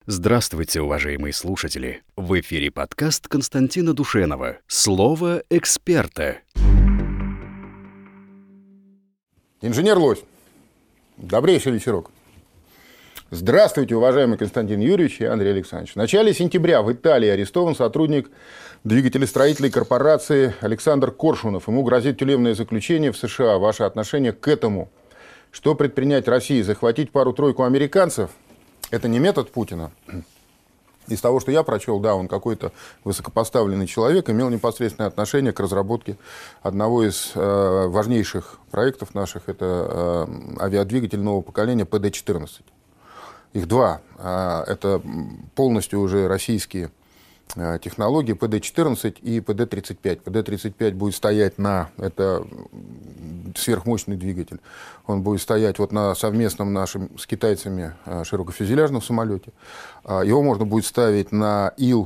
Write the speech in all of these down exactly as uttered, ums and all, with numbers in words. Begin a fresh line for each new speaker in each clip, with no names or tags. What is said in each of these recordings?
Здравствуйте, уважаемые слушатели! В эфире подкаст Константина Душенова «Слово эксперта».
Инженер Лось, добрейший вечерок. Здравствуйте, уважаемый Константин Юрьевич и Андрей Александрович. В начале сентября в Италии арестован сотрудник двигателестроительной корпорации Александр Коршунов. Ему грозит тюремное заключение в США. Ваше отношение к этому? Что предпринять России? Захватить пару-тройку американцев? Это не метод Путина. Из того, что я прочел, да, он какой-то высокопоставленный человек, имел непосредственное отношение к разработке одного из э, важнейших проектов наших. Это э, авиадвигатель нового поколения пэ дэ четырнадцать. Их два. Э, это полностью уже российские э, технологии пэ дэ четырнадцать и пэ дэ тридцать пять. пэ дэ тридцать пять будет стоять на... Это сверхмощный двигатель. Он будет стоять вот на совместном нашем с китайцами широкофюзеляжном самолете. Его можно будет ставить на ил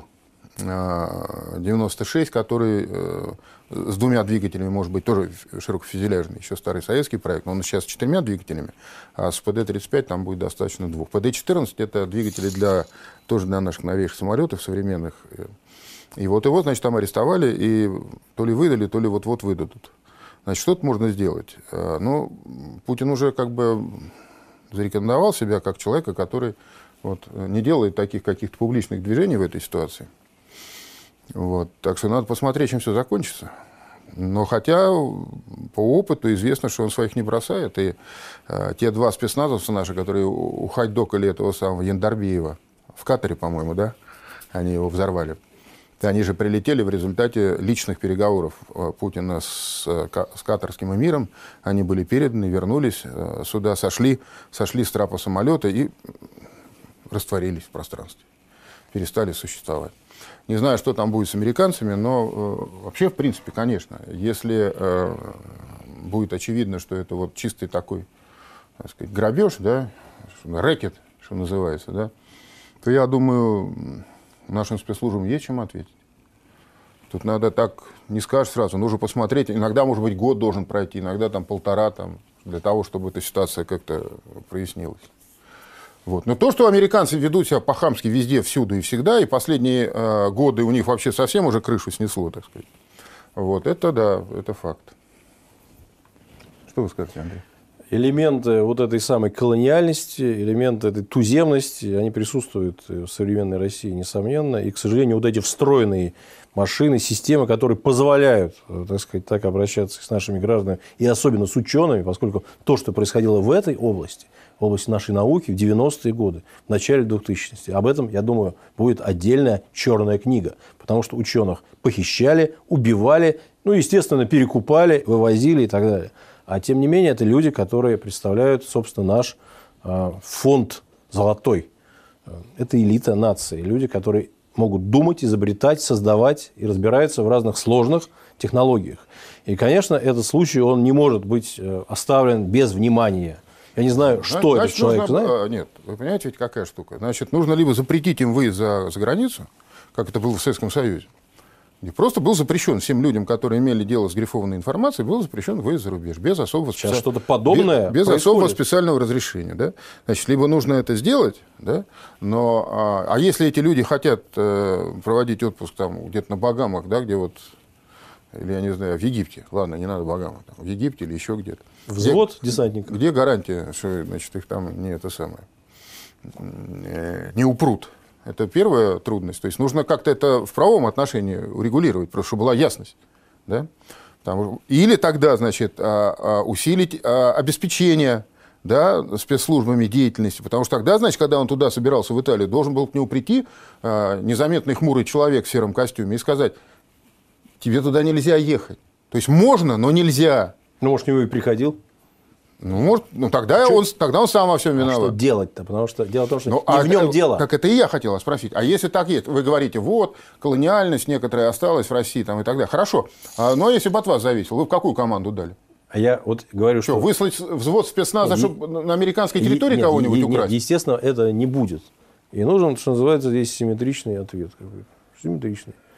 девяносто шесть, который с двумя двигателями, может быть, тоже широкофюзеляжный, еще старый советский проект, но он сейчас с четырьмя двигателями, а с пэ дэ тридцать пять там будет достаточно двух. пэ дэ четырнадцать это двигатели для, тоже для наших новейших самолетов современных. И вот его, значит, там арестовали и то ли выдали, то ли вот-вот выдадут. Значит, что-то можно сделать. Ну, Путин уже как бы зарекомендовал себя как человека, который вот, не делает таких каких-то публичных движений в этой ситуации. Вот. Так что надо посмотреть, чем все закончится. Но хотя по опыту известно, что он своих не бросает. И э, те два спецназовца наши, которые ухайдокали этого самого Яндарбиева, в Катаре, по-моему, да, они его взорвали. Они же прилетели в результате личных переговоров Путина с, с катарским эмиром. Они были переданы, вернулись сюда, сошли, сошли с трапа самолета и растворились в пространстве. Перестали существовать. Не знаю, что там будет с американцами, но вообще, в принципе, конечно, если э, будет очевидно, что это вот чистый такой, так сказать, грабеж, да, рэкет, что называется, да, то я думаю... Нашим спецслужбам есть чем ответить. Тут надо так, не скажешь сразу, нужно посмотреть. Иногда, может быть, год должен пройти, иногда там полтора, там, для того, чтобы эта ситуация как-то прояснилась. Вот. Но то, что американцы ведут себя по-хамски везде, всюду и всегда, и последние э, годы у них вообще совсем уже крышу снесло, так сказать. Вот. Это да, это факт. Что вы скажете, Андрей?
Элементы вот этой самой колониальности, элементы этой туземности, они присутствуют в современной России, несомненно. И, к сожалению, вот эти встроенные машины, системы, которые позволяют, так сказать, так обращаться с нашими гражданами, и особенно с учеными, поскольку то, что происходило в этой области, в области нашей науки в девяностые годы, в начале двухтысячных, об этом, я думаю, будет отдельная черная книга. Потому что ученых похищали, убивали, ну, естественно, перекупали, вывозили и так далее. А тем не менее, это люди, которые представляют, собственно, наш э, фонд золотой. Это элита нации. Люди, которые могут думать, изобретать, создавать и разбираются в разных сложных технологиях. И, конечно, этот случай, он не может быть оставлен без внимания. Я не знаю, что Значит, этот человек
нужно,
знает.
Нет, вы понимаете, ведь какая штука? Значит, нужно либо запретить им выезд за, за границу, как это было в Советском Союзе. И просто был запрещен всем людям, которые имели дело с грифованной информацией, был запрещен выезд за рубеж без особого,
специ... что-то подобное
без, без особого специального разрешения. Да? Значит, либо нужно это сделать, да? Но, а, а если эти люди хотят э, проводить отпуск там, где-то на Багамах, да, где вот, или я не знаю, в Египте, ладно, не надо Багамах, там, в Египте или еще где-то.
Взвод
где,
десантников.
Где гарантия, что значит, их там не это самое, не упрут? Это первая трудность. То есть нужно как-то это в правовом отношении урегулировать, просто чтобы была ясность. Да? Там, или тогда, значит, усилить обеспечение, да, спецслужбами деятельности. Потому что тогда, значит, когда он туда собирался, в Италию, должен был к нему прийти незаметный хмурый человек в сером костюме и сказать: тебе туда нельзя ехать. То есть можно, но нельзя.
Ну, может, к нему и приходил.
Ну, может, ну тогда, он, тогда он сам во всем виноват.
А что делать-то? Потому что дело в том, что
ну,
не
а
в нем
это,
дело.
Так это и я хотел спросить. А если так есть, вы говорите, вот, колониальность некоторая осталась в России там, и так далее. Хорошо. А, но если бы от вас зависело, вы в какую команду дали?
А я вот говорю,
что...
что...
Выслать взвод спецназа, чтобы на американской территории нет, кого-нибудь
нет,
украсть?
Нет, естественно, это не будет. И нужен, что называется, здесь симметричный ответ. Симметричный.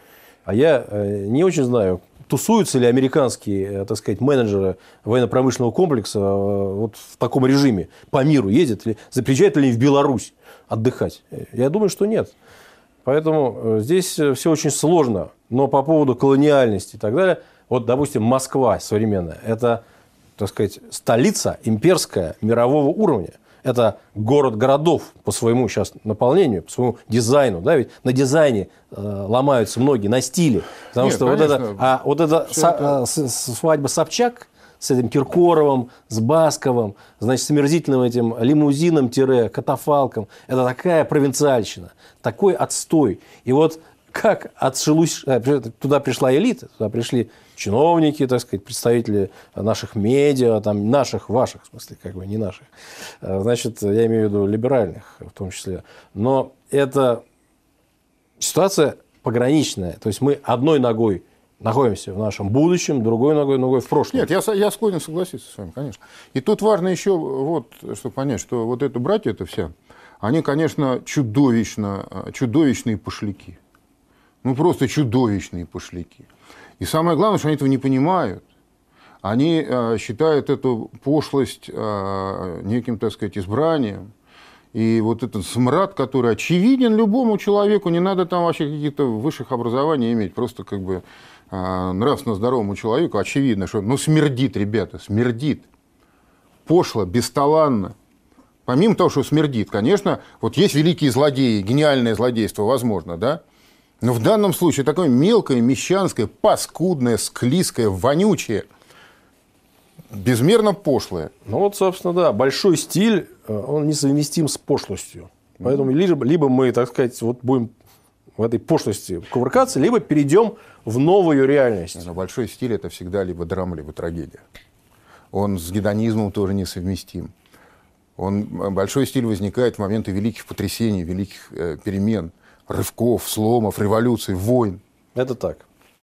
А я не очень знаю, тусуются ли американские, так сказать, менеджеры военно-промышленного комплекса вот в таком режиме по миру, ездят ли, приезжают ли они в Беларусь отдыхать. Я думаю, что нет. Поэтому здесь все очень сложно. Но по поводу колониальности и так далее, вот, допустим, Москва современная, это, так сказать, столица имперская мирового уровня. Это город городов по своему сейчас наполнению, по своему дизайну. Да? Ведь на дизайне э, ломаются многие, на стиле. Потому
Нет,
что вот это, а вот эта со, это... свадьба Собчак с этим Киркоровым, с Басковым, значит, с омерзительным этим лимузином-катафалком, это такая провинциальщина, такой отстой. И вот как отшелусь... Туда пришла элита, туда пришли чиновники, так сказать, представители наших медиа, там, наших, ваших, в смысле, как бы не наших. Значит, я имею в виду либеральных в том числе. Но это ситуация пограничная. То есть мы одной ногой находимся в нашем будущем, другой ногой, ногой в прошлом.
Нет, я, я склонен согласиться с вами, конечно. И тут важно еще, вот, чтобы понять, что вот это братья, это все, они, конечно, чудовищно, чудовищные пошляки. Ну, просто чудовищные пошляки. И самое главное, что они этого не понимают. Они э, считают эту пошлость э, неким, так сказать, избранием. И вот этот смрад, который очевиден любому человеку, не надо там вообще каких-то высших образований иметь, просто как бы э, нравственно здоровому человеку очевидно, что ну смердит, ребята, смердит. Пошло, бесталанно. Помимо того, что смердит, конечно, вот есть великие злодеи, гениальное злодейство, возможно, да? Но в данном случае такое мелкое, мещанское, паскудное, склизкое, вонючее, безмерно пошлое.
Ну вот, собственно, да, большой стиль, он несовместим с пошлостью. Поэтому либо, либо мы, так сказать, вот будем в этой пошлости кувыркаться, либо перейдем в новую реальность.
Но большой стиль – это всегда либо драма, либо трагедия. Он с гедонизмом тоже несовместим. Он, большой стиль возникает в моменты великих потрясений, великих э, перемен, рывков, сломов, революций, войн.
Это так.